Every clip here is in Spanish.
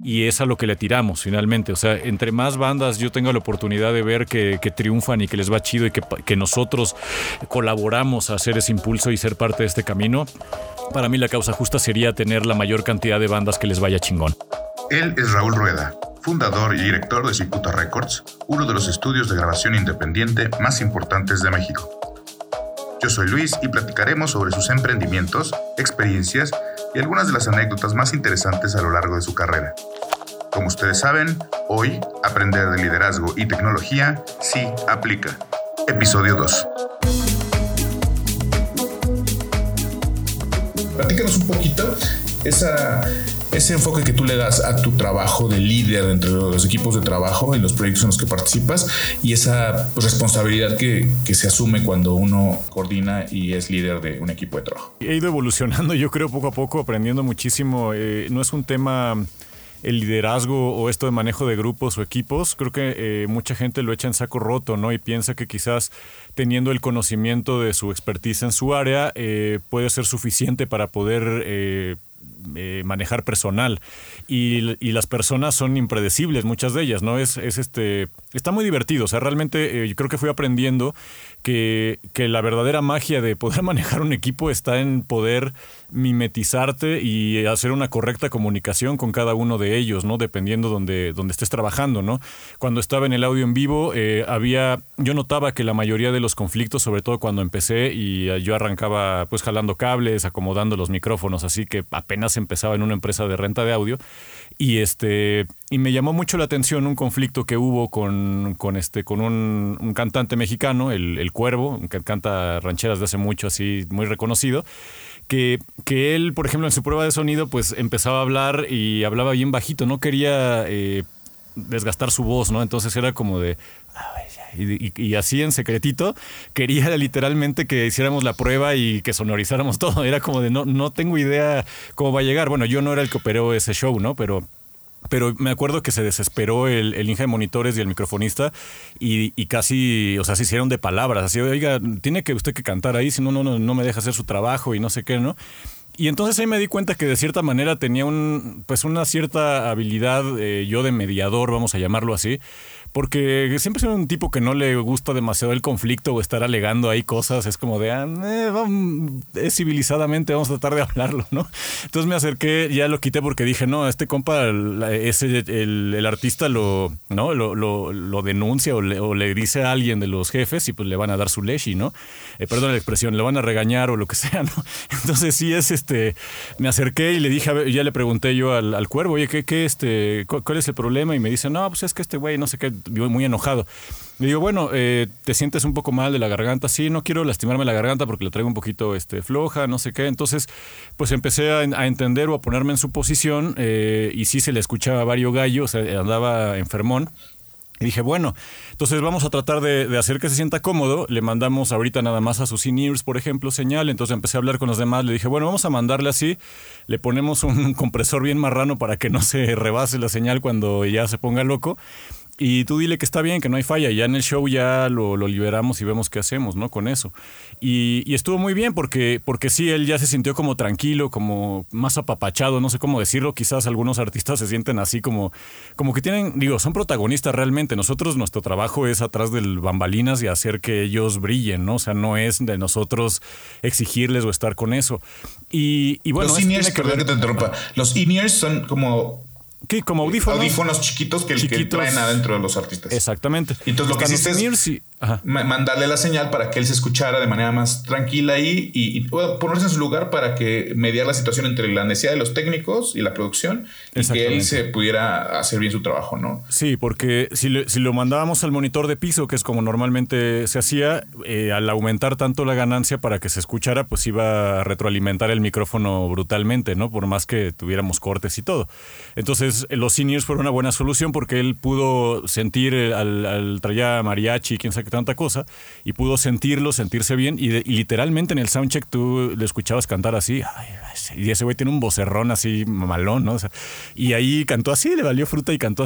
y es a lo que le tiramos finalmente. O sea, entre más bandas yo tenga la oportunidad de ver que triunfan y que les va chido y que nosotros colaboramos a hacer ese impulso y ser parte de este camino, para mí la causa justa sería tener la mayor cantidad de bandas que les vaya chingón. Él es Raúl Rueda, fundador y director de Cicuta Records, uno de los estudios de grabación independiente más importantes de México. Yo soy Luis y platicaremos sobre sus emprendimientos, experiencias y algunas de las anécdotas más interesantes a lo largo de su carrera. Como ustedes saben, hoy, aprender de liderazgo y tecnología sí aplica. Episodio 2. Platícanos un poquito ese enfoque que tú le das a tu trabajo de líder entre los equipos de trabajo en los proyectos en los que participas y esa responsabilidad que se asume cuando uno coordina y es líder de un equipo de trabajo. He ido evolucionando, yo creo, poco a poco, aprendiendo muchísimo. No es un tema el liderazgo o esto de manejo de grupos o equipos. Creo que mucha gente lo echa en saco roto, ¿no? Y piensa que quizás teniendo el conocimiento de su expertise en su área puede ser suficiente para poder manejar personal y las personas son impredecibles, muchas de ellas, ¿no? Está muy divertido. O sea, realmente yo creo que fui aprendiendo que la verdadera magia de poder manejar un equipo está en poder mimetizarte y hacer una correcta comunicación con cada uno de ellos, ¿no? Dependiendo donde estés trabajando, ¿no? Cuando estaba en el audio en vivo, yo notaba que la mayoría de los conflictos, sobre todo cuando empecé y yo arrancaba pues jalando cables, acomodando los micrófonos, así que apenas empezaba en una empresa de renta de audio y me llamó mucho la atención un conflicto que hubo con un cantante mexicano, el Cuervo, que canta rancheras de hace mucho, así muy reconocido, que él, por ejemplo, en su prueba de sonido, pues empezaba a hablar y hablaba bien bajito, no quería desgastar su voz, ¿no? Entonces era como de... Y así en secretito quería literalmente que hiciéramos la prueba y que sonorizáramos todo. Era como de no tengo idea cómo va a llegar. Bueno, yo no era el que operó ese show, ¿no? Pero me acuerdo que se desesperó el Inge de monitores y el microfonista y casi, o sea, se hicieron de palabras. Así, oiga, tiene que usted que cantar ahí, si no me deja hacer su trabajo y no sé qué, ¿no? Y entonces ahí me di cuenta que de cierta manera tenía una cierta habilidad yo de mediador, vamos a llamarlo así, porque siempre soy un tipo que no le gusta demasiado el conflicto o estar alegando ahí cosas. Es como de, civilizadamente vamos a tratar de hablarlo, ¿no? Entonces me acerqué, ya lo quité porque dije, no, este compa, el artista lo denuncia o le dice a alguien de los jefes y pues le van a dar su leshi, ¿no? Perdón la expresión, le van a regañar o lo que sea, ¿no? Entonces sí me acerqué y le dije, ya le pregunté yo al Cuervo, oye, ¿cuál es el problema? Y me dice, no, pues es que este güey, no sé qué, vivo muy enojado. Le digo, bueno, ¿te sientes un poco mal de la garganta? Sí, no quiero lastimarme la garganta porque la traigo un poquito floja, no sé qué. Entonces, pues empecé a entender o a ponerme en su posición y sí se le escuchaba varios gallos, o sea, andaba enfermón. Y dije, bueno, entonces vamos a tratar de hacer que se sienta cómodo. Le mandamos ahorita nada más a sus in-ears, por ejemplo, señal. Entonces empecé a hablar con los demás. Le dije, bueno, vamos a mandarle así. Le ponemos un compresor bien marrano para que no se rebase la señal cuando ya se ponga loco. Y tú dile que está bien, que no hay falla. Ya en el show ya lo liberamos y vemos qué hacemos, ¿no? Con eso. Y estuvo muy bien porque sí, él ya se sintió como tranquilo, como más apapachado, no sé cómo decirlo. Quizás algunos artistas se sienten así como que tienen, son protagonistas realmente. Nosotros, nuestro trabajo es atrás del bambalinas y hacer que ellos brillen, ¿no? O sea, no es de nosotros exigirles o estar con eso. Y bueno... Los in-ears, perdón que te interrumpa. Los in-ears son como... ¿Qué? Como audífonos. Audífonos chiquitos que traen adentro de los artistas. Exactamente. Y entonces lo que hiciste es mandarle la señal para que él se escuchara de manera más tranquila y ponerse en su lugar para que mediar la situación entre la necesidad de los técnicos y la producción y que él se pudiera hacer bien su trabajo, ¿no? Sí, porque si lo mandábamos al monitor de piso, que es como normalmente se hacía, al aumentar tanto la ganancia para que se escuchara, pues iba a retroalimentar el micrófono brutalmente, ¿no? Por más que tuviéramos cortes y todo. Entonces, los in-ears fueron una buena solución porque él pudo sentir al traía mariachi, quién sabe qué tanta cosa, y pudo sentirse bien y literalmente en el soundcheck tú le escuchabas cantar así, y ese güey tiene un vocerrón así malón, ¿no? O sea, y ahí cantó así, le valió fruta y cantó así.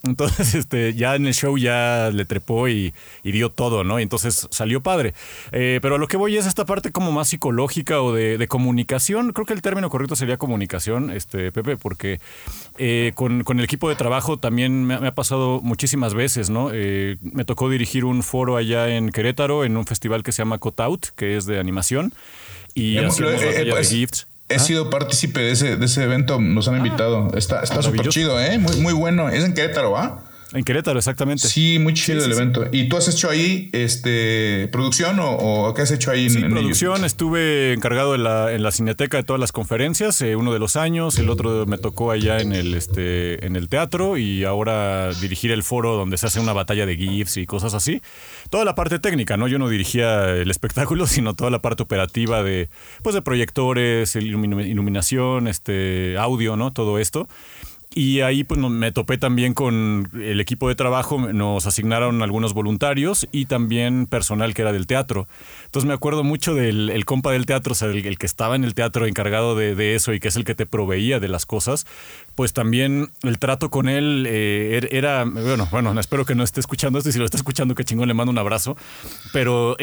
Entonces, ya en el show ya le trepó y dio todo, ¿no? Y entonces salió padre. Pero a lo que voy es esta parte como más psicológica o de comunicación. Creo que el término correcto sería comunicación, Pepe, porque con el equipo de trabajo también me ha pasado muchísimas veces, ¿no? Me tocó dirigir un foro allá en Querétaro, en un festival que se llama Cutout, que es de animación. Y hacíamos batalla de GIFs. He sido partícipe de ese evento, nos han invitado. Está súper chido, ¿eh? Muy, muy bueno. Es en Querétaro, ¿va? En Querétaro, exactamente. Sí, muy chido el evento. ¿Y tú has hecho ahí producción o qué has hecho ahí? Sí, producción. Estuve encargado en la Cineteca de todas las conferencias, uno de los años, el otro me tocó allá en el teatro y ahora dirigir el foro donde se hace una batalla de GIFs y cosas así. Toda la parte técnica, ¿no? Yo no dirigía el espectáculo, sino toda la parte operativa de proyectores, iluminación, audio, ¿no? Todo esto. Y ahí pues me topé también con el equipo de trabajo, nos asignaron algunos voluntarios y también personal que era del teatro. Entonces me acuerdo mucho del compa del teatro, o sea, el que estaba en el teatro encargado de eso y que es el que te proveía de las cosas. Pues también el trato con él era, bueno, espero que no esté escuchando esto y si lo está escuchando, qué chingón, le mando un abrazo. Pero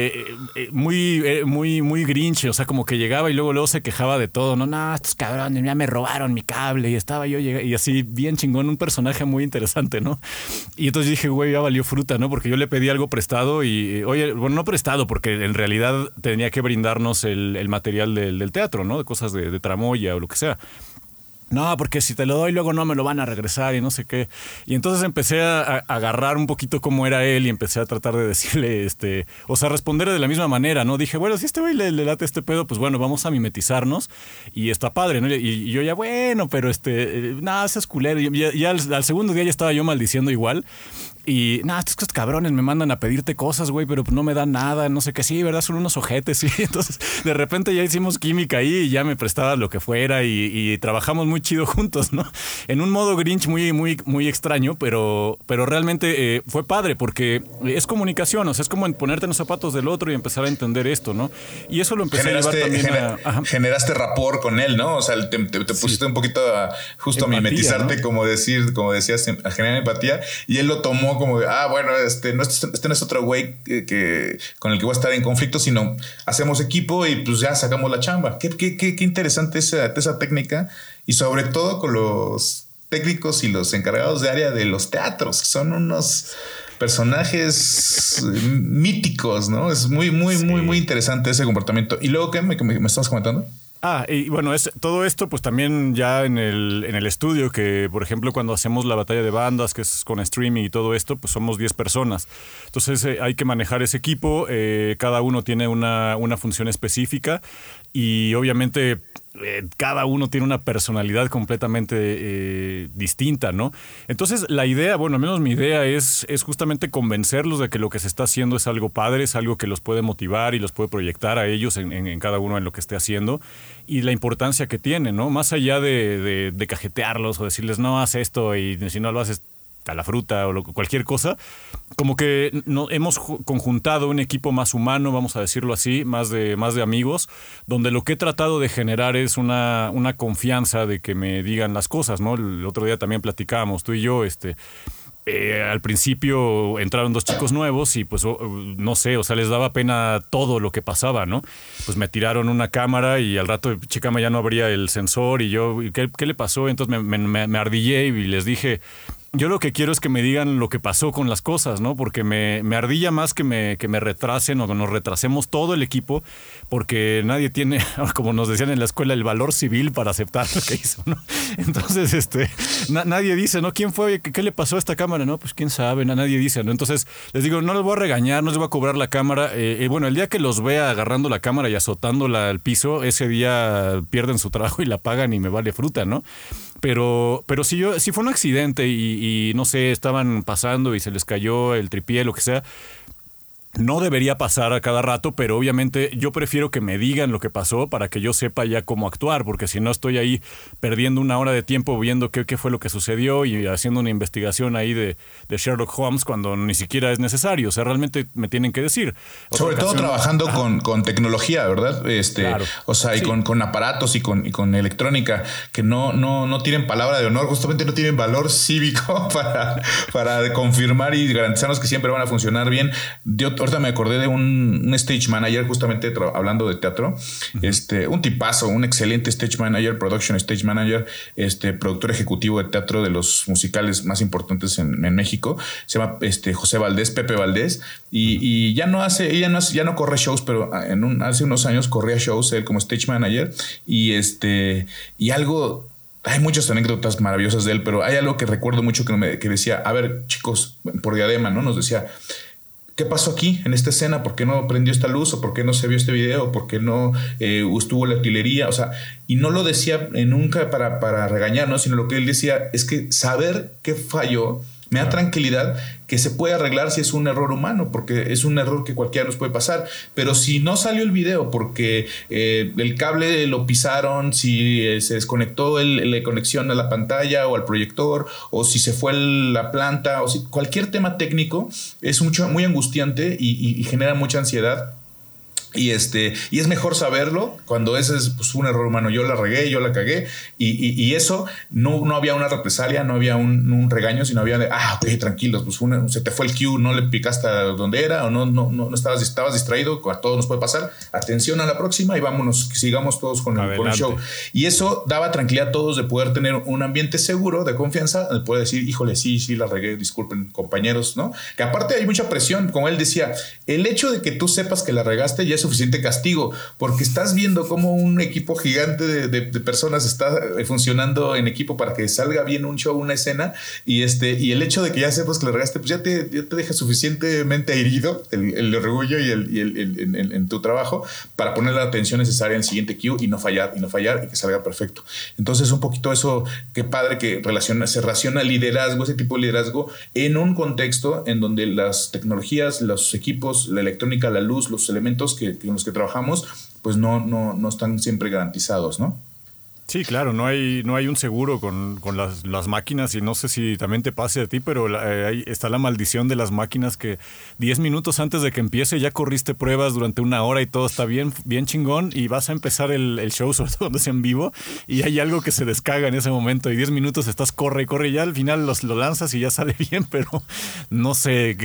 muy grinch, o sea, como que llegaba y luego se quejaba de todo. No, estos cabrones, ya me robaron mi cable y estaba yo y así bien chingón, un personaje muy interesante, ¿no? Y entonces dije, güey, ya valió fruta, ¿no? Porque yo le pedí algo prestado y, oye, bueno, no prestado, porque en realidad tenía que brindarnos el material del teatro, ¿no? De cosas de tramoya o lo que sea. No, porque si te lo doy luego no me lo van a regresar y no sé qué. Y entonces empecé a agarrar un poquito cómo era él y empecé a tratar de decirle, o sea, responder de la misma manera, ¿no? Dije, bueno, si este güey le late este pedo, pues bueno, vamos a mimetizarnos y está padre, ¿no? Y yo ya, bueno, pero nada, ese es culero. Y ya al segundo día ya estaba yo maldiciendo igual. Y nada, estos cabrones me mandan a pedirte cosas, güey, pero no me dan nada, no sé qué, sí, ¿verdad? Son unos ojetes, sí. Entonces, de repente ya hicimos química ahí y ya me prestaba lo que fuera y trabajamos muy chido juntos, ¿no? En un modo Grinch muy, muy, muy extraño, pero realmente fue padre porque es comunicación, o sea, es como en ponerte en los zapatos del otro y empezar a entender esto, ¿no? Y eso lo empecé a llevar también generaste rapport con él, ¿no? O sea, te pusiste un poquito justo empatía, a mimetizarte, ¿no? Como decías, a generar empatía, y él lo tomó como de, bueno, este no es otro güey con el que voy a estar en conflicto, sino hacemos equipo y pues ya sacamos la chamba. Qué interesante esa técnica, y sobre todo con los técnicos y los encargados de área de los teatros, que son unos personajes míticos, ¿no? Es muy, muy, sí, muy, muy interesante ese comportamiento. ¿Y luego qué me estabas comentando? Y bueno, todo esto pues también ya en el estudio, que por ejemplo cuando hacemos la batalla de bandas, que es con streaming y todo esto, pues somos 10 personas. Entonces hay que manejar ese equipo, cada uno tiene una función específica y obviamente cada uno tiene una personalidad completamente distinta, ¿no? Entonces la idea, bueno, al menos mi idea es justamente convencerlos de que lo que se está haciendo es algo padre, es algo que los puede motivar y los puede proyectar a ellos en cada uno en lo que esté haciendo y la importancia que tiene, ¿no? Más allá de cajetearlos o decirles, no, haz esto y si no lo haces a la fruta o cualquier cosa, como que hemos conjuntado un equipo más humano, vamos a decirlo así, más de amigos, donde lo que he tratado de generar es una confianza de que me digan las cosas, ¿no? El otro día también platicábamos, tú y yo, al principio entraron 2 chicos nuevos y pues no sé, o sea, les daba pena todo lo que pasaba, ¿no? Pues me tiraron una cámara y al rato Chicama ya no abría el sensor y yo, ¿qué le pasó? Entonces me ardillé y les dije, yo lo que quiero es que me digan lo que pasó con las cosas, ¿no? Porque me ardilla más que me retrasen o que nos retrasemos todo el equipo, porque nadie tiene, como nos decían en la escuela, el valor civil para aceptar lo que hizo, ¿no? Entonces, nadie dice, ¿no? ¿Quién fue? ¿Qué le pasó a esta cámara? No, pues quién sabe, nadie dice, ¿no? Entonces, les digo, no les voy a regañar, no les voy a cobrar la cámara. Bueno, el día que los vea agarrando la cámara y azotándola al piso, ese día pierden su trabajo y la pagan y me vale fruta, ¿no? Pero si fue un accidente y no sé, estaban pasando y se les cayó el tripié, lo que sea, No debería pasar a cada rato, pero obviamente yo prefiero que me digan lo que pasó para que yo sepa ya cómo actuar, porque si no estoy ahí perdiendo una hora de tiempo viendo qué fue lo que sucedió y haciendo una investigación ahí de Sherlock Holmes cuando ni siquiera es necesario. O sea, realmente me tienen que decir. Sobre todo trabajando con tecnología, ¿verdad? Claro. O sea, y sí. con aparatos y con electrónica que no tienen palabra de honor, justamente no tienen valor cívico para confirmar y garantizarnos que siempre van a funcionar bien. Ahorita me acordé de un stage manager, justamente hablando de teatro, un tipazo, un excelente stage manager, production stage manager, productor ejecutivo de teatro de los musicales más importantes en México. Se llama José Valdés, Pepe Valdés, y ya no corre shows, pero hace unos años corría shows él como stage manager, y algo. Hay muchas anécdotas maravillosas de él, pero hay algo que recuerdo mucho que decía, a ver, chicos, por Diadema, ¿no? Nos decía, ¿qué pasó aquí en esta escena? ¿Por qué no prendió esta luz? ¿O por qué no se vio este video? ¿Por qué no estuvo la utilería? O sea, y no lo decía nunca para regañarnos, sino lo que él decía es que saber qué falló me da tranquilidad que se puede arreglar si es un error humano, porque es un error que cualquiera nos puede pasar. Pero si no salió el video porque el cable lo pisaron, si se desconectó la conexión a la pantalla o al proyector, o si se fue la planta, o si cualquier tema técnico es muy angustiante y genera mucha ansiedad. Y es mejor saberlo cuando ese es pues, un error humano. Yo la regué, yo la cagué, y eso no había una represalia, no había un regaño, sino había de ok, tranquilos, pues se te fue el cue, no le picaste a donde era, o no estabas distraído, a todos nos puede pasar. Atención a la próxima y vámonos, que sigamos todos con el show. Y eso daba tranquilidad a todos de poder tener un ambiente seguro, de confianza, de poder decir, híjole, sí, la regué, disculpen, compañeros, ¿no? Que aparte hay mucha presión, como él decía, el hecho de que tú sepas que la regaste ya es suficiente castigo, porque estás viendo cómo un equipo gigante de personas está funcionando en equipo para que salga bien un show, una escena, y el hecho de que ya sepas que la regaste, pues ya te deja suficientemente herido el orgullo y en tu trabajo para poner la atención necesaria en el siguiente cue y no fallar y que salga perfecto. Entonces un poquito eso, qué padre que se relaciona el liderazgo, ese tipo de liderazgo en un contexto en donde las tecnologías, los equipos, la electrónica, la luz, los elementos en los que trabajamos, pues no están siempre garantizados, ¿no? Sí, claro, no hay un seguro con las máquinas, y no sé si también te pase a ti, pero ahí está la maldición de las máquinas que 10 minutos antes de que empiece ya corriste pruebas durante una hora y todo está bien chingón, y vas a empezar el show, sobre todo cuando es en vivo, y hay algo que se descarga en ese momento y 10 minutos estás corre y ya al final lo lanzas y ya sale bien, pero no sé,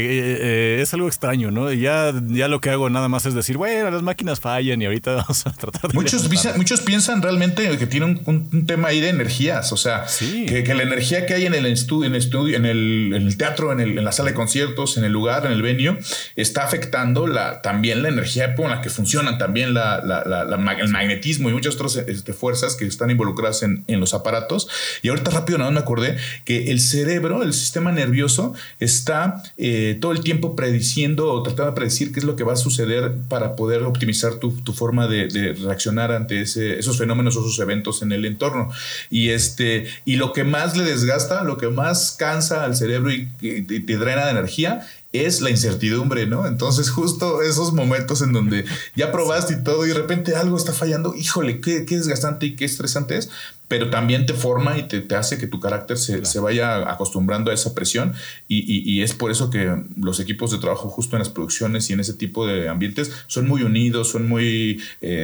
es algo extraño, ¿no? Y ya lo que hago nada más es decir, bueno, las máquinas fallan y ahorita vamos a tratar de... Muchos piensan realmente que tienen un tema ahí de energías, o sea, sí. que la energía que hay en el teatro, en la sala de conciertos, en el lugar, en el venue, está afectando también la energía con la que funcionan, también el magnetismo y muchas otras fuerzas que están involucradas en los aparatos. Y ahorita rápido nada más me acordé que el cerebro, el sistema nervioso, está todo el tiempo prediciendo o tratando de predecir qué es lo que va a suceder para poder optimizar tu forma de reaccionar ante esos fenómenos o esos eventos en el entorno. Y lo que más le desgasta, lo que más cansa al cerebro y te drena de energía es la incertidumbre, ¿no? Entonces justo esos momentos en donde ya probaste y todo y de repente algo está fallando, híjole, qué desgastante y qué estresante es, pero también te forma y te hace que tu carácter se vaya acostumbrando a esa presión, y es por eso que los equipos de trabajo justo en las producciones y en ese tipo de ambientes son muy unidos, son muy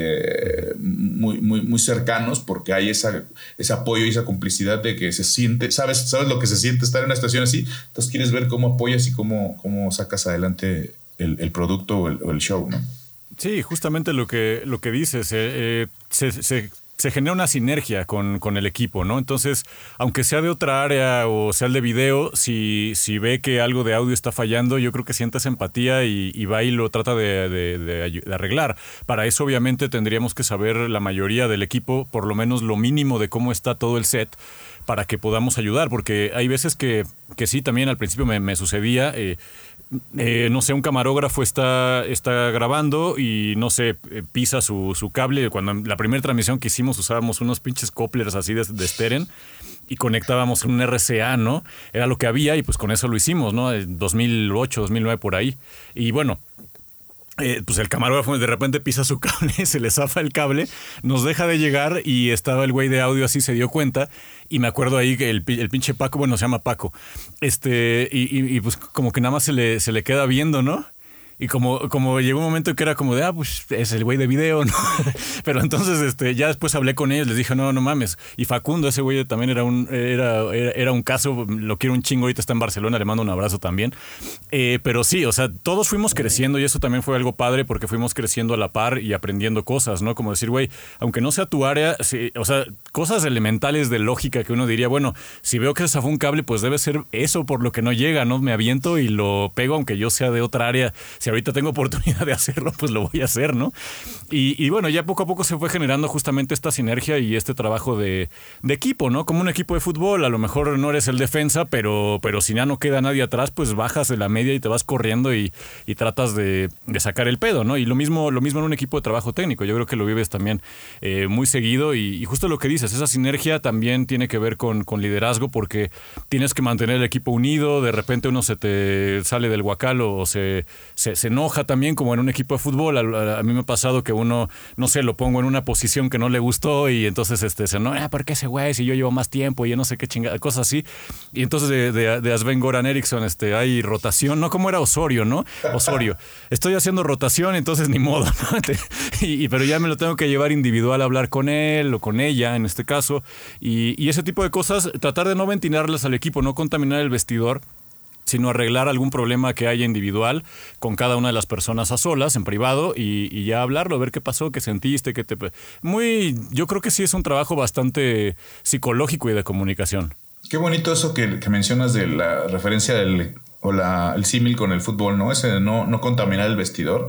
cercanos, porque hay ese apoyo y esa complicidad de que se siente, sabes lo que se siente estar en una situación así, entonces quieres ver cómo apoyas y cómo sacas adelante el producto o el show, ¿no? Sí, justamente lo que dices, se genera una sinergia con el equipo, ¿no? Entonces, aunque sea de otra área o sea el de video, si ve que algo de audio está fallando, yo creo que sientes empatía y va y lo trata de arreglar. Para eso, obviamente, tendríamos que saber la mayoría del equipo, por lo menos lo mínimo de cómo está todo el set, para que podamos ayudar, porque hay veces que sí, también al principio me sucedía, no sé, un camarógrafo está grabando y no sé, pisa su cable. Cuando en la primera transmisión que hicimos usábamos unos pinches couplers así de Steren y conectábamos un RCA, ¿no? Era lo que había y pues con eso lo hicimos, ¿no? En 2008, 2009 por ahí. Y bueno, pues el camarógrafo de repente pisa su cable, se le zafa el cable, nos deja de llegar y estaba el güey de audio así, se dio cuenta y me acuerdo ahí que el pinche Paco, bueno, se llama Paco, y pues como que nada más se le queda viendo, ¿no? Y como llegó un momento que era como de, pues es el güey de video, ¿no? Pero entonces ya después hablé con ellos, les dije, no mames. Y Facundo, ese güey también era un caso, lo quiero un chingo, ahorita está en Barcelona, le mando un abrazo también. Pero sí, o sea, todos fuimos creciendo y eso también fue algo padre porque fuimos creciendo a la par y aprendiendo cosas, ¿no? Como decir, güey, aunque no sea tu área, sí, o sea, cosas elementales de lógica que uno diría, bueno, si veo que se zafó un cable, pues debe ser eso por lo que no llega, ¿no? Me aviento y lo pego aunque yo sea de otra área. Si ahorita tengo oportunidad de hacerlo, pues lo voy a hacer, ¿no? Y bueno, ya poco a poco se fue generando justamente esta sinergia y este trabajo de equipo, ¿no? Como un equipo de fútbol, a lo mejor no eres el defensa, pero si ya no queda nadie atrás, pues bajas de la media y te vas corriendo y tratas de sacar el pedo, ¿no? Y lo mismo en un equipo de trabajo técnico. Yo creo que lo vives también muy seguido y justo lo que dices, esa sinergia también tiene que ver con liderazgo porque tienes que mantener el equipo unido, de repente uno se te sale del guacal o se enoja también como en un equipo de fútbol. A mí me ha pasado que uno, no sé, lo pongo en una posición que no le gustó y entonces se enoja, ¿por qué ese güey si yo llevo más tiempo y yo no sé qué chingada, cosas así? Y entonces de Sven Goran Eriksson hay rotación, ¿no? ¿Cómo era Osorio, no? Osorio. Estoy haciendo rotación, entonces ni modo, ¿no? Pero ya me lo tengo que llevar individual a hablar con él o con ella, en este caso. Y ese tipo de cosas, tratar de no ventilarlas al equipo, no contaminar el vestidor, sino arreglar algún problema que haya individual con cada una de las personas a solas, en privado, y ya hablarlo, ver qué pasó, qué sentiste, yo creo que sí es un trabajo bastante psicológico y de comunicación. Qué bonito eso que mencionas de la referencia el símil con el fútbol, ¿no? Ese de no contaminar el vestidor.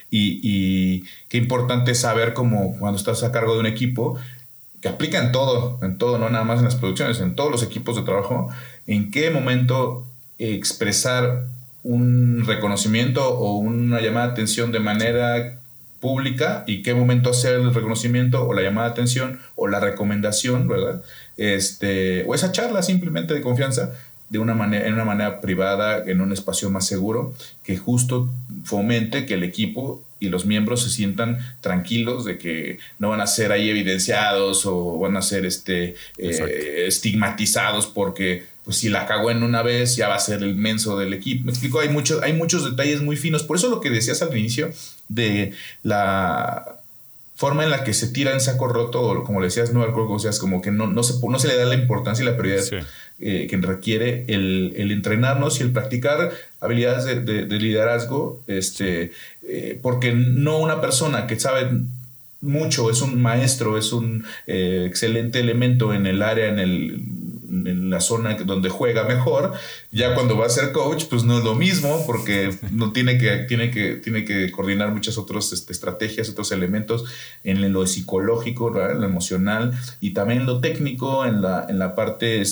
Y qué importante saber cómo cuando estás a cargo de un equipo, que aplica en todo, no nada más en las producciones, en todos los equipos de trabajo, en qué momento expresar un reconocimiento o una llamada de atención de manera pública y qué momento hacer el reconocimiento o la llamada de atención o la recomendación, ¿verdad? O esa charla simplemente de confianza en una manera privada, en un espacio más seguro, que justo fomente que el equipo y los miembros se sientan tranquilos de que no van a ser ahí evidenciados o van a ser estigmatizados porque pues si la cagó en una vez ya va a ser el menso del equipo. Me explico, hay muchos detalles muy finos. Por eso lo que decías al inicio de la forma en la que se tira en saco roto, o como le decías, no alcohol, o sea, es como que no se le da la importancia y la prioridad que requiere el entrenarnos y el practicar habilidades de liderazgo, porque no una persona que sabe mucho, es un maestro, es un excelente elemento en el área, en la zona donde juega mejor, ya cuando va a ser coach, pues no es lo mismo, porque no tiene que coordinar muchas otras estrategias, otros elementos en lo psicológico, ¿verdad? En lo emocional y también en lo técnico, en la parte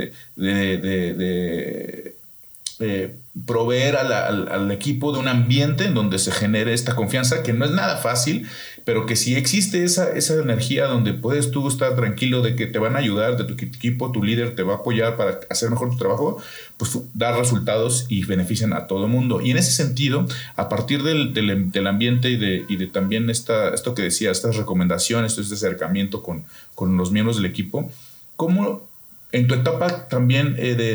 proveer al equipo de un ambiente en donde se genere esta confianza, que no es nada fácil, pero que si existe esa energía donde puedes tú estar tranquilo de que te van a ayudar, de tu equipo, tu líder te va a apoyar para hacer mejor tu trabajo, pues dar resultados y benefician a todo el mundo. Y en ese sentido, a partir del ambiente y de también esto que decía, estas recomendaciones, este acercamiento con los miembros del equipo, ¿cómo en tu etapa también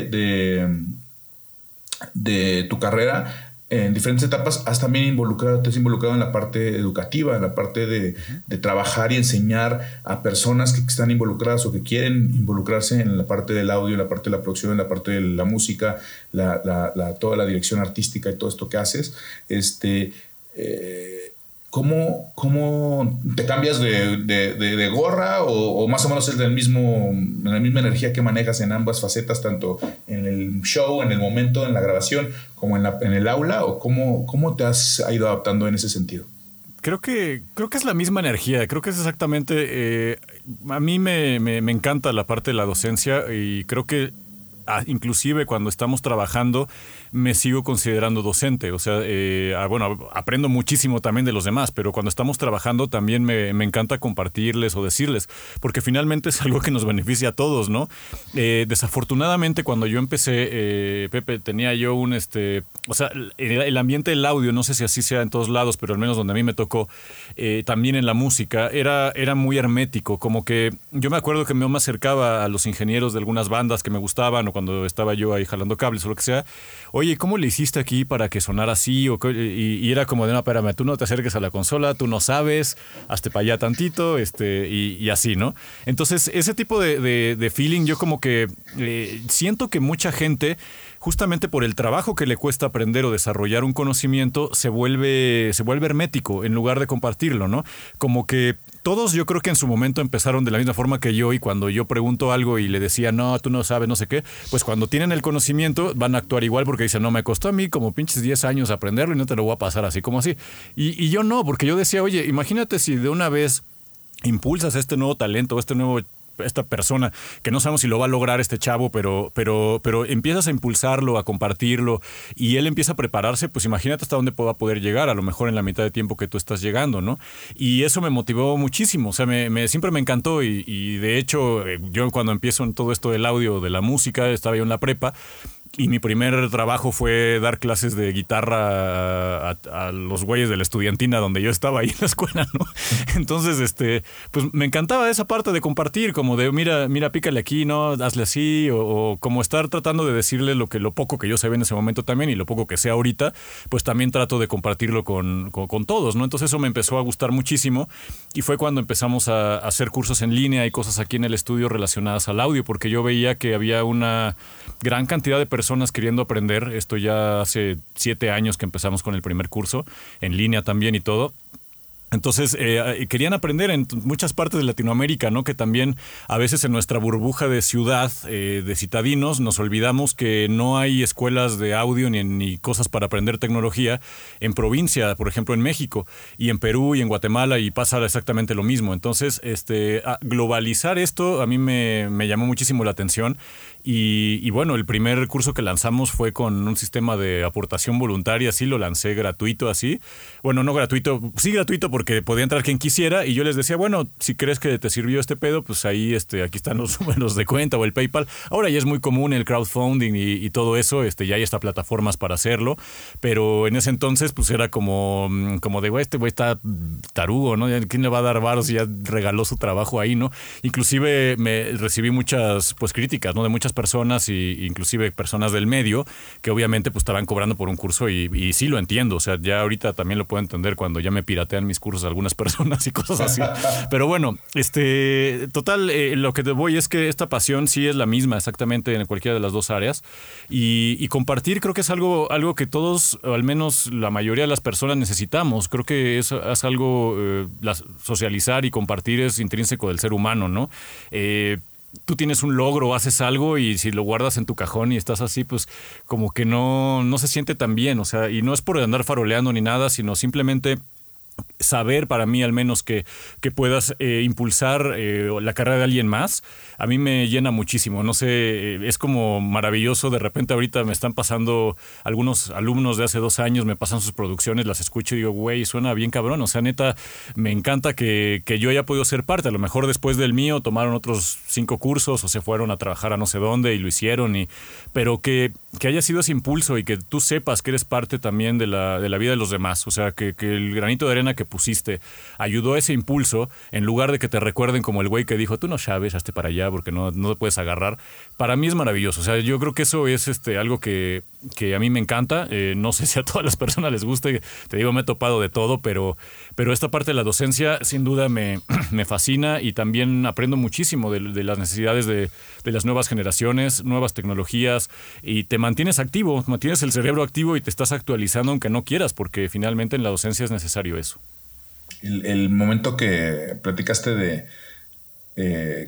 de tu carrera, en diferentes etapas, te has involucrado en la parte educativa, en la parte de trabajar y enseñar a personas que están involucradas o que quieren involucrarse en la parte del audio, en la parte de la producción, en la parte de la música, toda la dirección artística y todo esto que haces? ¿Cómo te cambias de gorra o más o menos es la misma energía que manejas en ambas facetas, tanto en el show, en el momento, en la grabación, como en el aula? ¿O cómo te has ido adaptando en ese sentido? Creo que es la misma energía, creo que es exactamente... a mí me encanta la parte de la docencia y creo que inclusive cuando estamos trabajando me sigo considerando docente. O sea, bueno, aprendo muchísimo también de los demás, pero cuando estamos trabajando también me encanta compartirles o decirles, porque finalmente es algo que nos beneficia a todos, ¿no? Desafortunadamente cuando yo empecé, Pepe, tenía yo o sea, el ambiente del audio, no sé si así sea en todos lados, pero al menos donde a mí me tocó, también en la música, era muy hermético, como que yo me acuerdo que me acercaba a los ingenieros de algunas bandas que me gustaban, o cuando estaba yo ahí jalando cables o lo que sea, oye, ¿cómo le hiciste aquí para que sonara así? Y era como de, no, espérame, tú no te acerques a la consola, tú no sabes, hazte para allá tantito, y así, ¿no? Entonces, ese tipo de feeling, yo como que siento que mucha gente, justamente por el trabajo que le cuesta aprender o desarrollar un conocimiento, se vuelve hermético en lugar de compartirlo, ¿no? Como que todos yo creo que en su momento empezaron de la misma forma que yo, y cuando yo pregunto algo y le decía, no, tú no sabes, no sé qué, pues cuando tienen el conocimiento van a actuar igual porque dicen, no, me costó a mí como pinches 10 años aprenderlo y no te lo voy a pasar así como así. Y yo no, porque yo decía, oye, imagínate si de una vez impulsas este nuevo talento, esta persona, que no sabemos si lo va a lograr este chavo, pero empiezas a impulsarlo, a compartirlo, y él empieza a prepararse, pues imagínate hasta dónde va a poder llegar, a lo mejor en la mitad de tiempo que tú estás llegando, ¿no? Y eso me motivó muchísimo, o sea, siempre me encantó, y de hecho, yo cuando empiezo en todo esto del audio, de la música, estaba yo en la prepa, y mi primer trabajo fue dar clases de guitarra a los güeyes de la estudiantina donde yo estaba ahí en la escuela, ¿no? Entonces, pues me encantaba esa parte de compartir, como de, mira, pícale aquí, ¿no? Hazle así, o como estar tratando de decirle lo poco que yo sabía en ese momento también, y lo poco que sé ahorita, pues también trato de compartirlo con todos, ¿no? Entonces eso me empezó a gustar muchísimo, y fue cuando empezamos a hacer cursos en línea y cosas aquí en el estudio relacionadas al audio, porque yo veía que había una gran cantidad de personas queriendo aprender. Esto ya hace 7 años que empezamos con el primer curso, en línea también y todo. Entonces, querían aprender en muchas partes de Latinoamérica, ¿no? Que también a veces en nuestra burbuja de ciudad, de citadinos, nos olvidamos que no hay escuelas de audio ni cosas para aprender tecnología en provincia, por ejemplo, en México, y en Perú y en Guatemala, y pasa exactamente lo mismo. Entonces, globalizar esto a mí me llamó muchísimo la atención. Y bueno, el primer curso que lanzamos fue con un sistema de aportación voluntaria, así lo lancé gratuito, así. Bueno, no gratuito, sí gratuito porque podía entrar quien quisiera, y yo les decía, bueno, si crees que te sirvió este pedo, pues ahí aquí están los números de cuenta o el PayPal. Ahora ya es muy común el crowdfunding y todo eso, ya hay hasta plataformas para hacerlo, pero en ese entonces pues era como de, güey, este güey está tarugo, ¿no? ¿Quién le va a dar varos si ya regaló su trabajo ahí, no? Inclusive me recibí muchas pues críticas, ¿no? De muchas personas, y inclusive personas del medio, que obviamente pues estaban cobrando por un curso, y sí lo entiendo, o sea, ya ahorita también lo puedo entender cuando ya me piratean mis cursos algunas personas y cosas así. Pero bueno, total, lo que te voy es que esta pasión sí es la misma exactamente en cualquiera de las dos áreas, y compartir creo que es algo que todos, o al menos la mayoría de las personas, necesitamos. Creo que es algo, socializar y compartir es intrínseco del ser humano, ¿no? Tú tienes un logro, haces algo, y si lo guardas en tu cajón y estás así, pues como que no se siente tan bien, o sea, y no es por andar faroleando ni nada, sino simplemente saber, para mí al menos, que puedas impulsar la carrera de alguien más, a mí me llena muchísimo. No sé, es como maravilloso. De repente ahorita me están pasando algunos alumnos de hace 2 años, me pasan sus producciones, las escucho y digo, güey, suena bien cabrón. O sea, neta, me encanta que yo haya podido ser parte. A lo mejor después del mío tomaron otros 5 cursos o se fueron a trabajar a no sé dónde y lo hicieron, pero que haya sido ese impulso, y que tú sepas que eres parte también de la vida de los demás. O sea, que el granito de arena que pusiste ayudó a ese impulso, en lugar de que te recuerden como el güey que dijo, tú no sabes, hazte para allá porque no te puedes agarrar. Para mí es maravilloso. O sea, yo creo que eso es algo que a mí me encanta. No sé si a todas las personas les guste. Te digo, me he topado de todo, pero esta parte de la docencia sin duda me fascina, y también aprendo muchísimo de las necesidades de las nuevas generaciones, nuevas tecnologías, y te mantienes activo, mantienes el cerebro activo y te estás actualizando aunque no quieras, porque finalmente en la docencia es necesario eso. El momento que platicaste de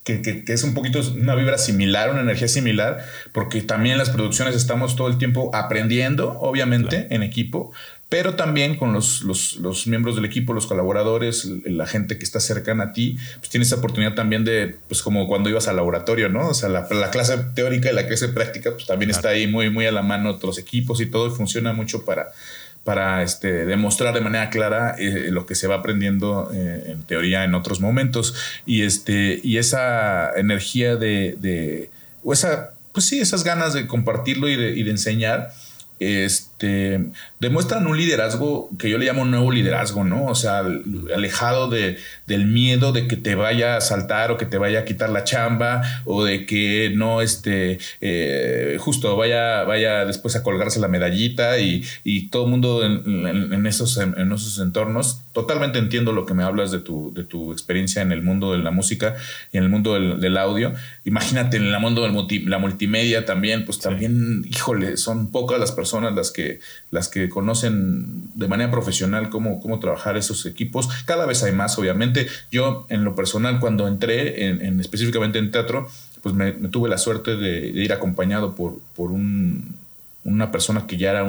que es un poquito una vibra similar, una energía similar, porque también en las producciones estamos todo el tiempo aprendiendo, obviamente, en equipo, pero también con los miembros del equipo, los colaboradores, la gente que está cercana a ti, pues tienes esa oportunidad también de, pues como cuando ibas al laboratorio, ¿no? O sea, la clase teórica y la clase práctica, pues también está ahí muy, muy a la mano otros equipos y todo, y funciona mucho para demostrar de manera clara lo que se va aprendiendo en teoría en otros momentos. Y esa energía o esa, pues sí, esas ganas de compartirlo y de enseñar, demuestran un liderazgo que yo le llamo nuevo liderazgo, ¿no? O sea, alejado del miedo de que te vaya a saltar o que te vaya a quitar la chamba o de que no justo vaya después a colgarse la medallita y todo el mundo en esos entornos. Totalmente entiendo lo que me hablas de tu experiencia en el mundo de la música y en el mundo del audio. Imagínate en el mundo de la multimedia también, pues también, híjole, son pocas las personas las que conocen de manera profesional cómo trabajar esos equipos. Cada vez hay más, obviamente. Yo, en lo personal, cuando entré específicamente en teatro, pues me tuve la suerte de ir acompañado por una persona que ya era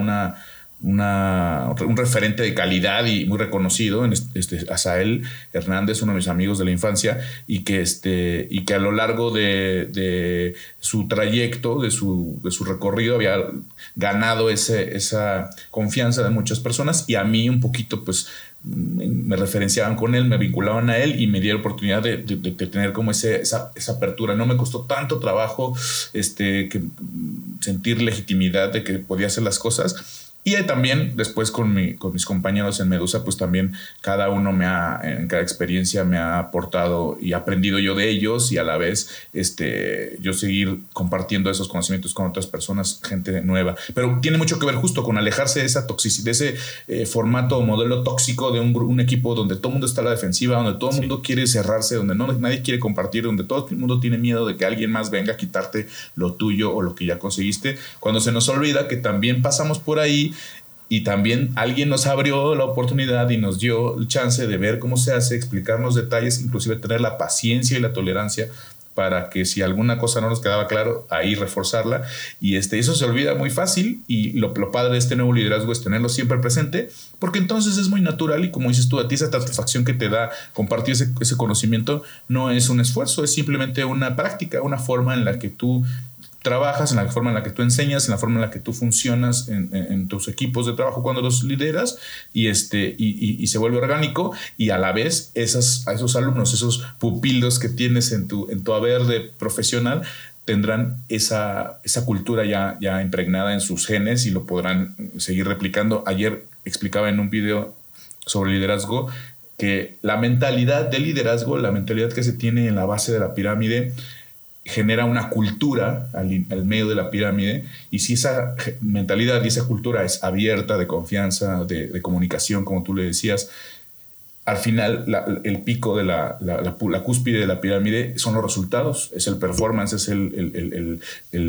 un referente de calidad y muy reconocido, Asael Hernández, uno de mis amigos de la infancia, y que a lo largo de su trayecto, de su recorrido, había ganado esa confianza de muchas personas, y a mí un poquito pues me referenciaban con él, me vinculaban a él y me dieron oportunidad de tener como esa apertura. No me costó tanto trabajo sentir legitimidad de que podía hacer las cosas. Y también después con mis compañeros en Medusa, pues también cada uno en cada experiencia me ha aportado y aprendido yo de ellos, y a la vez yo seguir compartiendo esos conocimientos con otras personas, gente nueva. Pero tiene mucho que ver justo con alejarse de esa toxicidad, de ese formato o modelo tóxico de un equipo donde todo el mundo está a la defensiva, donde todo el mundo quiere cerrarse, donde nadie quiere compartir, donde todo el mundo tiene miedo de que alguien más venga a quitarte lo tuyo o lo que ya conseguiste, cuando se nos olvida que también pasamos por ahí. Y también alguien nos abrió la oportunidad y nos dio el chance de ver cómo se hace, explicarnos detalles, inclusive tener la paciencia y la tolerancia para que si alguna cosa no nos quedaba claro, ahí reforzarla. Y eso se olvida muy fácil, y lo padre de este nuevo liderazgo es tenerlo siempre presente, porque entonces es muy natural, y como dices tú, a ti esa satisfacción que te da compartir ese conocimiento no es un esfuerzo, es simplemente una práctica, una forma en la que tú trabajas, en la forma en la que tú enseñas, en la forma en la que tú funcionas en tus equipos de trabajo cuando los lideras, y se vuelve orgánico, y a la vez a esos alumnos, esos pupilos que tienes en tu haber de profesional, tendrán esa cultura ya impregnada en sus genes y lo podrán seguir replicando. Ayer explicaba en un video sobre liderazgo que la mentalidad de liderazgo, la mentalidad que se tiene en la base de la pirámide, genera una cultura al medio de la pirámide, y si esa mentalidad y esa cultura es abierta, de confianza, de comunicación, como tú le decías, al final el pico de la cúspide de la pirámide son los resultados, es el performance, es el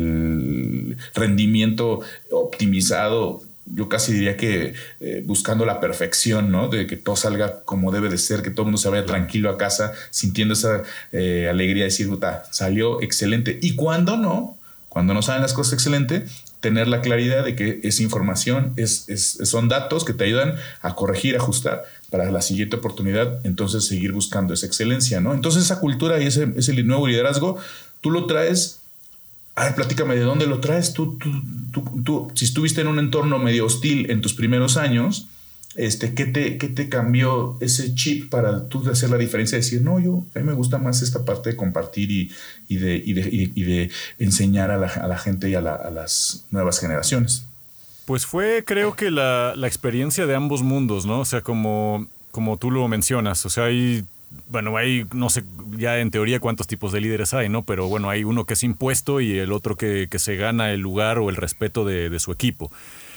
rendimiento optimizado. Yo casi diría que buscando la perfección, ¿no? De que todo salga como debe de ser, que todo el mundo se vaya tranquilo a casa, sintiendo esa alegría de decir, puta, salió excelente. Y cuando no salen las cosas excelente, tener la claridad de que esa información son datos que te ayudan a corregir, ajustar para la siguiente oportunidad, entonces seguir buscando esa excelencia, ¿no? Entonces esa cultura y ese nuevo liderazgo, tú lo traes. Ay, platícame, ¿de dónde lo traes? Tú, si estuviste en un entorno medio hostil en tus primeros años, ¿qué te cambió ese chip para tú hacer la diferencia? Decir, no, a mí me gusta más esta parte de compartir y de enseñar a la gente y a las nuevas generaciones. Pues fue, creo que la experiencia de ambos mundos, ¿no? O sea, como tú lo mencionas, o sea, hay no sé ya en teoría cuántos tipos de líderes hay, ¿no? Pero bueno, hay uno que es impuesto y el otro que se gana el lugar o el respeto de su equipo.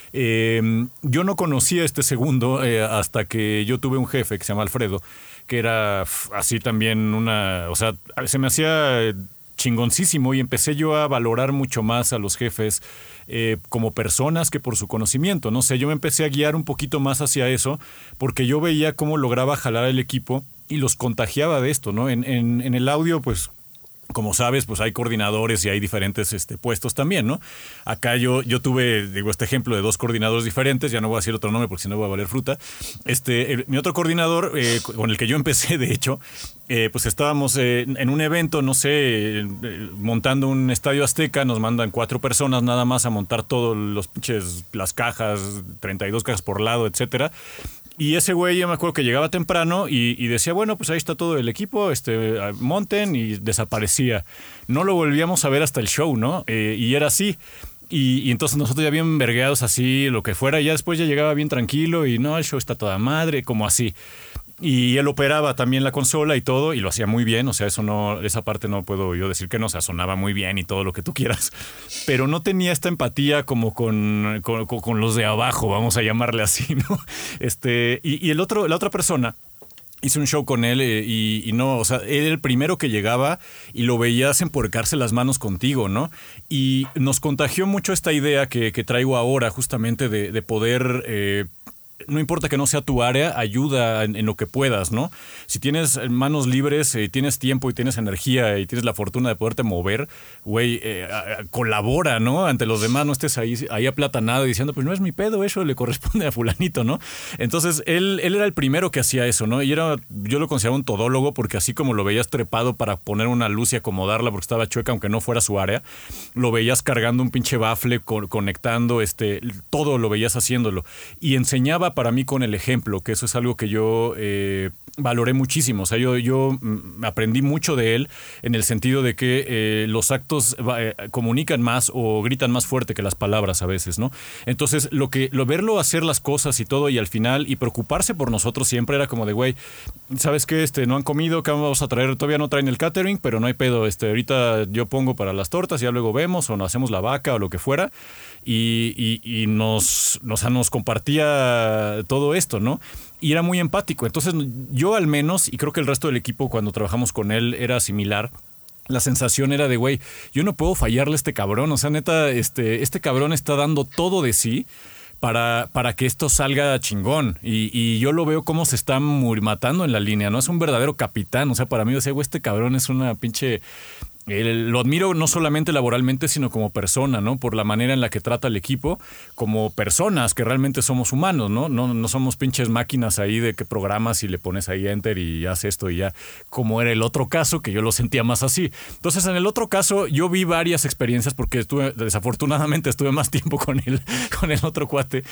Yo no conocía este segundo hasta que yo tuve un jefe que se llama Alfredo, que era así también o sea, se me hacía chingoncísimo, y empecé yo a valorar mucho más a los jefes como personas que por su conocimiento, no sé, yo me empecé a guiar un poquito más hacia eso, porque yo veía cómo lograba jalar el equipo y los contagiaba de esto, ¿no? En el audio, pues como sabes, pues hay coordinadores y hay diferentes puestos también, ¿no? Acá yo tuve, digo, este ejemplo de 2 coordinadores diferentes, ya no voy a decir otro nombre porque si no va a valer fruta. Mi otro coordinador, con el que yo empecé, de hecho, pues estábamos en un evento, no sé, montando un estadio Azteca, nos mandan 4 personas nada más a montar todos los pinches, las cajas, 32 cajas por lado, etcétera. Y ese güey, yo me acuerdo que llegaba temprano y decía, bueno, pues ahí está todo el equipo, monten, y desaparecía. No lo volvíamos a ver hasta el show, ¿no? Y era así. Y entonces nosotros ya bien vergueados así, lo que fuera, y ya después ya llegaba bien tranquilo y no, el show está toda madre, como así. Y él operaba también la consola y todo, y lo hacía muy bien, o sea, esa parte no puedo yo decir que no, o sea, sonaba muy bien y todo lo que tú quieras, pero no tenía esta empatía como con los de abajo, vamos a llamarle así, ¿no? Y la otra persona, hice un show con él y no, o sea, él era el primero que llegaba y lo veías empuercarse las manos contigo, ¿no? Y nos contagió mucho esta idea que traigo ahora justamente de poder... no importa que no sea tu área, ayuda en lo que puedas, ¿no? Si tienes manos libres, tienes tiempo y tienes energía y tienes la fortuna de poderte mover, güey, colabora, ¿no? Ante los demás, no estés ahí aplatanado diciendo, pues no es mi pedo, eso le corresponde a fulanito, ¿no? Entonces, él era el primero que hacía eso, ¿no? Y yo lo consideraba un todólogo porque así como lo veías trepado para poner una luz y acomodarla porque estaba chueca, aunque no fuera su área, lo veías cargando un pinche bafle, conectando, todo lo veías haciéndolo. Y enseñaba para mí con el ejemplo, que eso es algo que yo valoré muchísimo. O sea, yo aprendí mucho de él en el sentido de que los actos comunican más o gritan más fuerte que las palabras a veces, ¿no? Entonces, verlo hacer las cosas y todo y al final, y preocuparse por nosotros siempre era como de, güey, ¿sabes qué? No han comido, ¿qué vamos a traer? Todavía no traen el catering, pero no hay pedo. Ahorita yo pongo para las tortas, ya luego vemos o nos hacemos la vaca o lo que fuera. Y nos compartía todo esto, ¿no? Y era muy empático. Entonces yo al menos, y creo que el resto del equipo cuando trabajamos con él era similar, la sensación era de, güey, yo no puedo fallarle a este cabrón. O sea, neta, este cabrón está dando todo de sí para que esto salga chingón. Y yo lo veo como se está matando en la línea, ¿no? Es un verdadero capitán. O sea, para mí, o sea, güey, este cabrón es una pinche... Lo admiro no solamente laboralmente, sino como persona, ¿no? Por la manera en la que trata al equipo, como personas que realmente somos humanos, ¿no? No somos pinches máquinas ahí de que programas y le pones ahí enter y hace esto y ya, como era el otro caso, que yo lo sentía más así. Entonces, en el otro caso, yo vi varias experiencias porque desafortunadamente estuve más tiempo con el otro cuate,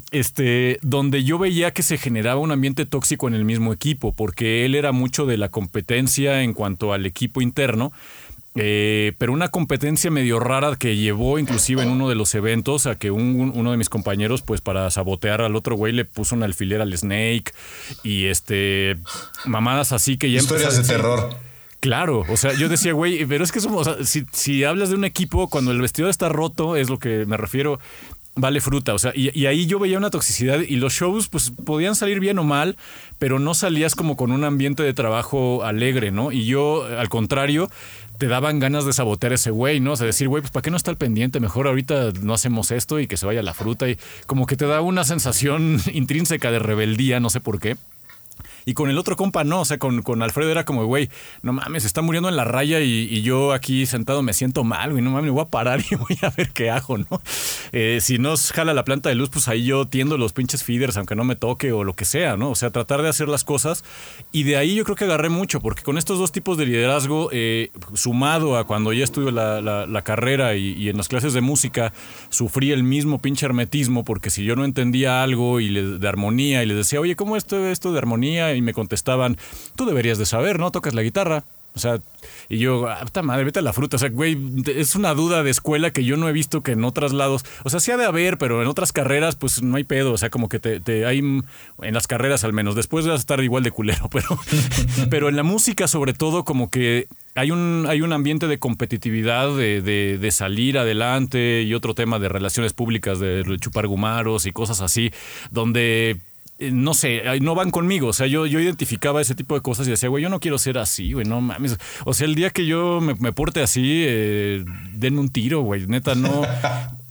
donde yo veía que se generaba un ambiente tóxico en el mismo equipo, porque él era mucho de la competencia en cuanto al equipo interno. Pero una competencia medio rara que llevó inclusive en uno de los eventos a que uno de mis compañeros, pues para sabotear al otro güey, le puso un alfiler al Snake y mamadas así que ya... Historias de terror. Claro, o sea, yo decía, güey, pero es que somos, o sea, si hablas de un equipo, cuando el vestidor está roto, es lo que me refiero, vale fruta, o sea, y ahí yo veía una toxicidad y los shows pues podían salir bien o mal, pero no salías como con un ambiente de trabajo alegre, ¿no? Y yo, al contrario, te daban ganas de sabotear a ese güey, ¿no? O sea, decir, güey, pues ¿para qué no está al pendiente? Mejor ahorita no hacemos esto y que se vaya la fruta. Y como que te da una sensación intrínseca de rebeldía, no sé por qué. Y con el otro compa no, o sea, con Alfredo era como, güey, no mames, se está muriendo en la raya y yo aquí sentado me siento mal, güey, no mames, me voy a parar y voy a ver qué hago, ¿no? Si nos jala la planta de luz, pues ahí yo tiendo los pinches feeders, aunque no me toque o lo que sea, ¿no? O sea, tratar de hacer las cosas. Y de ahí yo creo que agarré mucho, porque con estos dos tipos de liderazgo, sumado a cuando ya estudio la carrera y en las clases de música, sufrí el mismo pinche hermetismo, porque si yo no entendía algo de armonía y les decía, oye, ¿cómo esto de armonía? Y me contestaban, tú deberías de saber, ¿no? Tocas la guitarra. O sea, y yo, puta madre, vete a la fruta. O sea, güey, es una duda de escuela que yo no he visto que en otros lados, o sea, sí ha de haber, pero en otras carreras, pues no hay pedo. O sea, como que te hay, en las carreras al menos, después vas a estar igual de culero, pero en la música sobre todo como que hay un ambiente de competitividad, de salir adelante y otro tema de relaciones públicas, de chupar gumaros y cosas así, donde... no sé, no van conmigo. O sea, yo identificaba ese tipo de cosas y decía, güey, yo no quiero ser así, güey, no mames. O sea, el día que yo me porte así, denme un tiro, güey. Neta, no.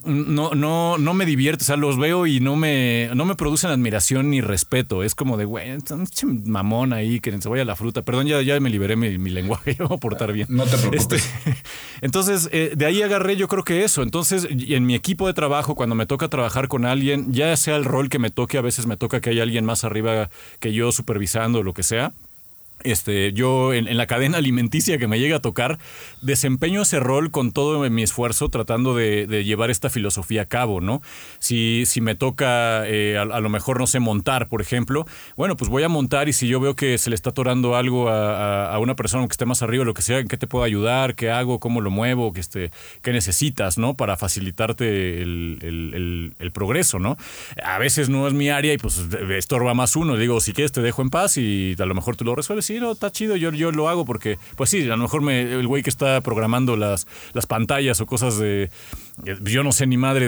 no me divierte, o sea, los veo y no me producen admiración ni respeto. Es como de, güey, mamón ahí, que se vaya la fruta. Perdón, ya me liberé mi lenguaje, voy a portar bien. No te preocupes. Entonces, de ahí agarré yo creo que eso. Entonces, en mi equipo de trabajo, cuando me toca trabajar con alguien, ya sea el rol que me toque, a veces me toca que haya alguien más arriba que yo supervisando o lo que sea. Yo en la cadena alimenticia que me llega a tocar, desempeño ese rol con todo mi esfuerzo tratando de llevar esta filosofía a cabo, ¿no? Si me toca a lo mejor, no sé, montar, por ejemplo, bueno, pues voy a montar y si yo veo que se le está atorando algo a una persona que esté más arriba, lo que sea, ¿en qué te puedo ayudar? ¿Qué hago? ¿Cómo lo muevo? ¿Qué necesitas, no? Para facilitarte el progreso, ¿no? A veces no es mi área y pues estorba más uno. Digo, si quieres te dejo en paz y a lo mejor tú lo resuelves. Sí, no, está chido, yo lo hago porque, pues sí, a lo mejor el güey que está programando las pantallas o cosas yo no sé ni madre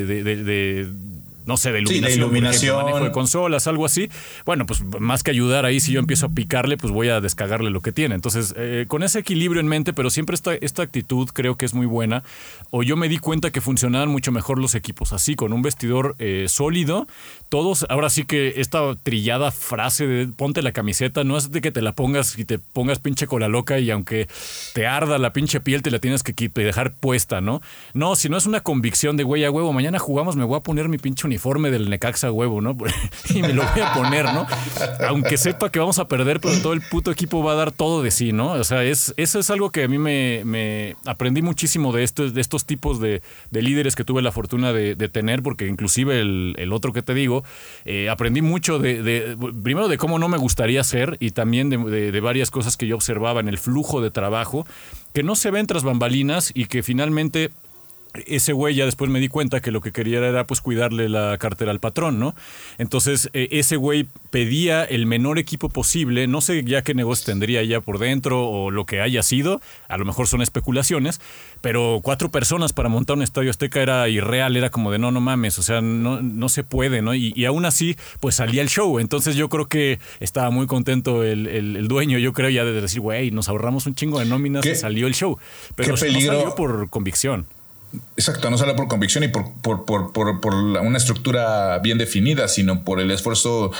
no sé, de iluminación, sí, de iluminación. Ejemplo, manejo de consolas, algo así. Bueno, pues más que ayudar ahí, si yo empiezo a picarle, pues voy a descagarle lo que tiene. Entonces, con ese equilibrio en mente, pero siempre esta actitud creo que es muy buena. O yo me di cuenta que funcionaban mucho mejor los equipos así, con un vestidor sólido. Todos, ahora sí que esta trillada frase de ponte la camiseta, no es de que te la pongas y te pongas pinche cola loca y aunque te arda la pinche piel, te la tienes que dejar puesta, ¿no? No, si no es una convicción de güey a huevo, mañana jugamos, me voy a poner mi pinche uniforme del Necaxa huevo, ¿no? Y me lo voy a poner, ¿no? Aunque sepa que vamos a perder, pero todo el puto equipo va a dar todo de sí, ¿no? O sea, eso es algo que a mí me aprendí muchísimo de estos tipos de líderes que tuve la fortuna de tener, porque inclusive el otro que te digo, aprendí mucho primero de cómo no me gustaría ser y también de varias cosas que yo observaba en el flujo de trabajo que no se ven tras bambalinas y que finalmente ese güey ya después me di cuenta que lo que quería era pues cuidarle la cartera al patrón, ¿no? Entonces ese güey pedía el menor equipo posible, no sé ya qué negocio tendría ya por dentro o lo que haya sido, a lo mejor son especulaciones, pero 4 personas para montar un estadio Azteca era irreal, era como de no mames, o sea, no se puede, ¿no? Y aún así pues salía el show, entonces yo creo que estaba muy contento el dueño, yo creo ya de decir, güey, nos ahorramos un chingo de nóminas y salió el show, pero no salió por convicción. Exacto, no sale por convicción y por una estructura bien definida, sino por el esfuerzo,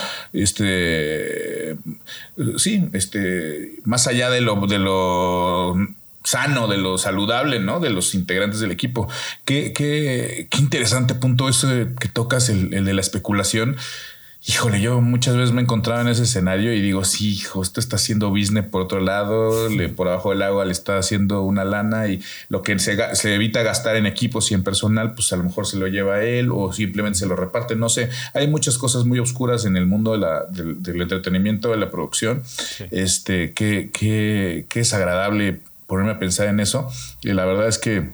más allá de lo sano, de lo saludable, ¿no? De los integrantes del equipo. Qué interesante punto eso que tocas, el de la especulación. Híjole, yo muchas veces me encontraba en ese escenario y digo, sí, hijo, esto está haciendo business por otro lado, por abajo del agua le está haciendo una lana y lo que se evita gastar en equipos y en personal, pues a lo mejor se lo lleva él o simplemente se lo reparte, no sé. Hay muchas cosas muy oscuras en el mundo del entretenimiento, de la producción, sí. Que es agradable ponerme a pensar en eso y la verdad es que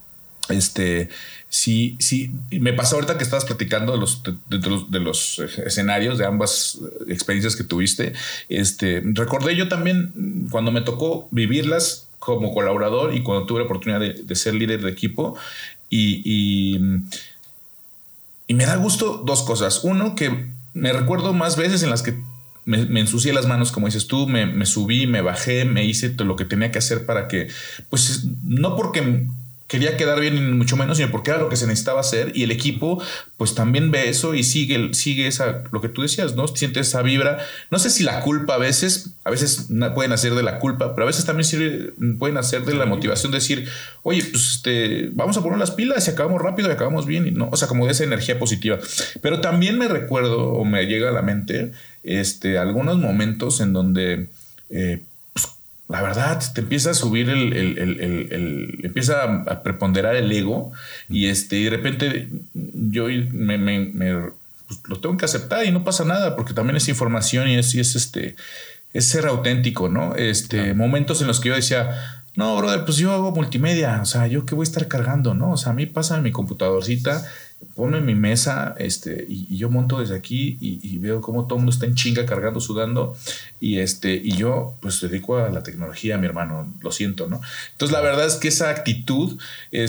sí, me pasó ahorita que estabas platicando de los escenarios, de ambas experiencias que tuviste. Recordé yo también cuando me tocó vivirlas como colaborador y cuando tuve la oportunidad de ser líder de equipo y me da gusto 2 cosas. Uno, que me recuerdo más veces en las que me ensucié las manos, como dices tú, me subí, me bajé, me hice todo lo que tenía que hacer para que, pues no porque quería quedar bien, ni mucho menos, sino porque era lo que se necesitaba hacer y el equipo pues también ve eso y sigue lo que tú decías, ¿no? Siente esa vibra. No sé si la culpa a veces pueden hacer de la culpa, pero a veces también pueden hacer de la motivación de decir, oye, pues vamos a poner las pilas y acabamos rápido y acabamos bien, ¿no? O sea, como de esa energía positiva. Pero también me recuerdo o me llega a la mente algunos momentos en donde la verdad, te empieza a subir empieza a preponderar el ego y de repente yo pues, lo tengo que aceptar y no pasa nada porque también es información y es ser auténtico, ¿no? Claro. Momentos en los que yo decía, no, brother, pues yo hago multimedia, o sea, yo qué voy a estar cargando, ¿no? O sea, a mí pásame mi computadorcita, ponme en mi mesa y yo monto desde aquí y veo cómo todo el mundo está en chinga cargando, sudando y yo pues dedico a la tecnología, mi hermano, lo siento, ¿no? Entonces la verdad es que esa actitud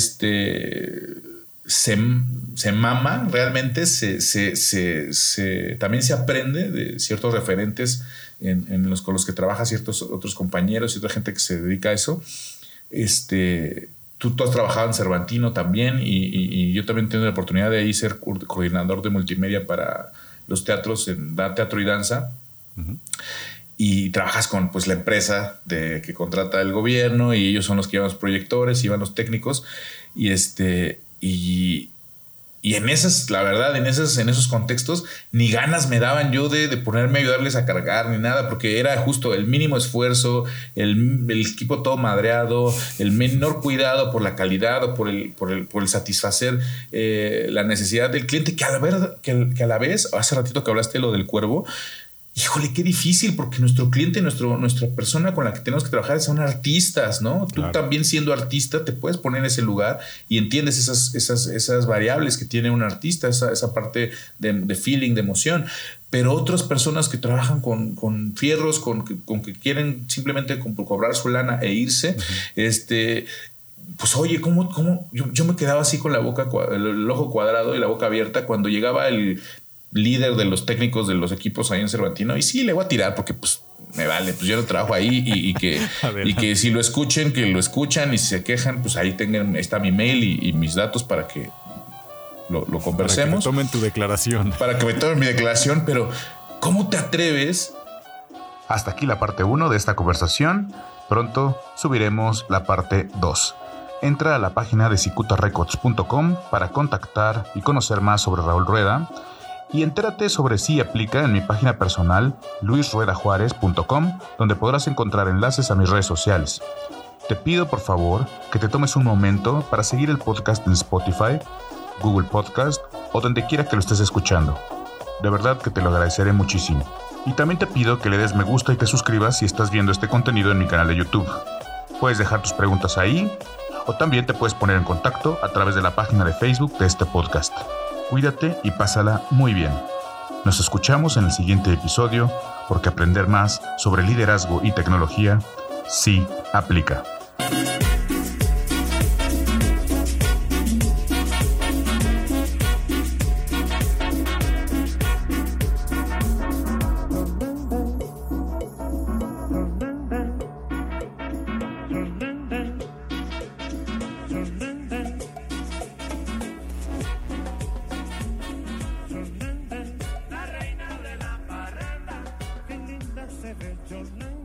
se mama realmente, también se aprende de ciertos referentes con los que trabaja ciertos otros compañeros y otra gente que se dedica a eso, Tú has trabajado en Cervantino también y yo también tengo la oportunidad de ahí ser coordinador de multimedia para los teatros en Teatro y Danza. Uh-huh. Y trabajas con pues la empresa que contrata el gobierno y ellos son los que llevan los proyectores y van los técnicos y en esas, la verdad, en esos contextos ni ganas me daban yo de ponerme a ayudarles a cargar ni nada, porque era justo el mínimo esfuerzo, el equipo todo madreado, el menor cuidado por la calidad o por el satisfacer la necesidad del cliente, que a la vez, hace ratito que hablaste de lo del cuervo, híjole, qué difícil, porque nuestro cliente, nuestra persona con la que tenemos que trabajar son artistas, ¿no? Claro. Tú también siendo artista te puedes poner en ese lugar y entiendes esas variables que tiene un artista, esa parte de feeling, de emoción. Pero otras personas que trabajan con fierros, con que quieren simplemente cobrar su lana e irse, uh-huh. Pues oye, ¿cómo? Yo me quedaba así con el ojo cuadrado y la boca abierta cuando llegaba el líder de los técnicos de los equipos ahí en Cervantino, y sí, le voy a tirar porque pues me vale, pues yo no trabajo ahí y que si lo escuchen, que lo escuchan, y si se quejan, pues ahí está mi mail y mis datos para que lo conversemos. Para que tomen tu declaración. Para que me tomen mi declaración, pero ¿cómo te atreves? Hasta aquí la parte 1 de esta conversación. Pronto subiremos la parte 2. Entra a la página de cicutarecords.com para contactar y conocer más sobre Raúl Rueda. Y entérate sobre Si Aplica en mi página personal luisruedajuarez.com, donde podrás encontrar enlaces a mis redes sociales. Te pido por favor que te tomes un momento para seguir el podcast en Spotify, Google Podcast o donde quiera que lo estés escuchando. De verdad que te lo agradeceré muchísimo. Y también te pido que le des me gusta y te suscribas si estás viendo este contenido en mi canal de YouTube. Puedes dejar tus preguntas ahí o también te puedes poner en contacto a través de la página de Facebook de este podcast. Cuídate y pásala muy bien. Nos escuchamos en el siguiente episodio, porque aprender más sobre liderazgo y tecnología sí aplica. Your name.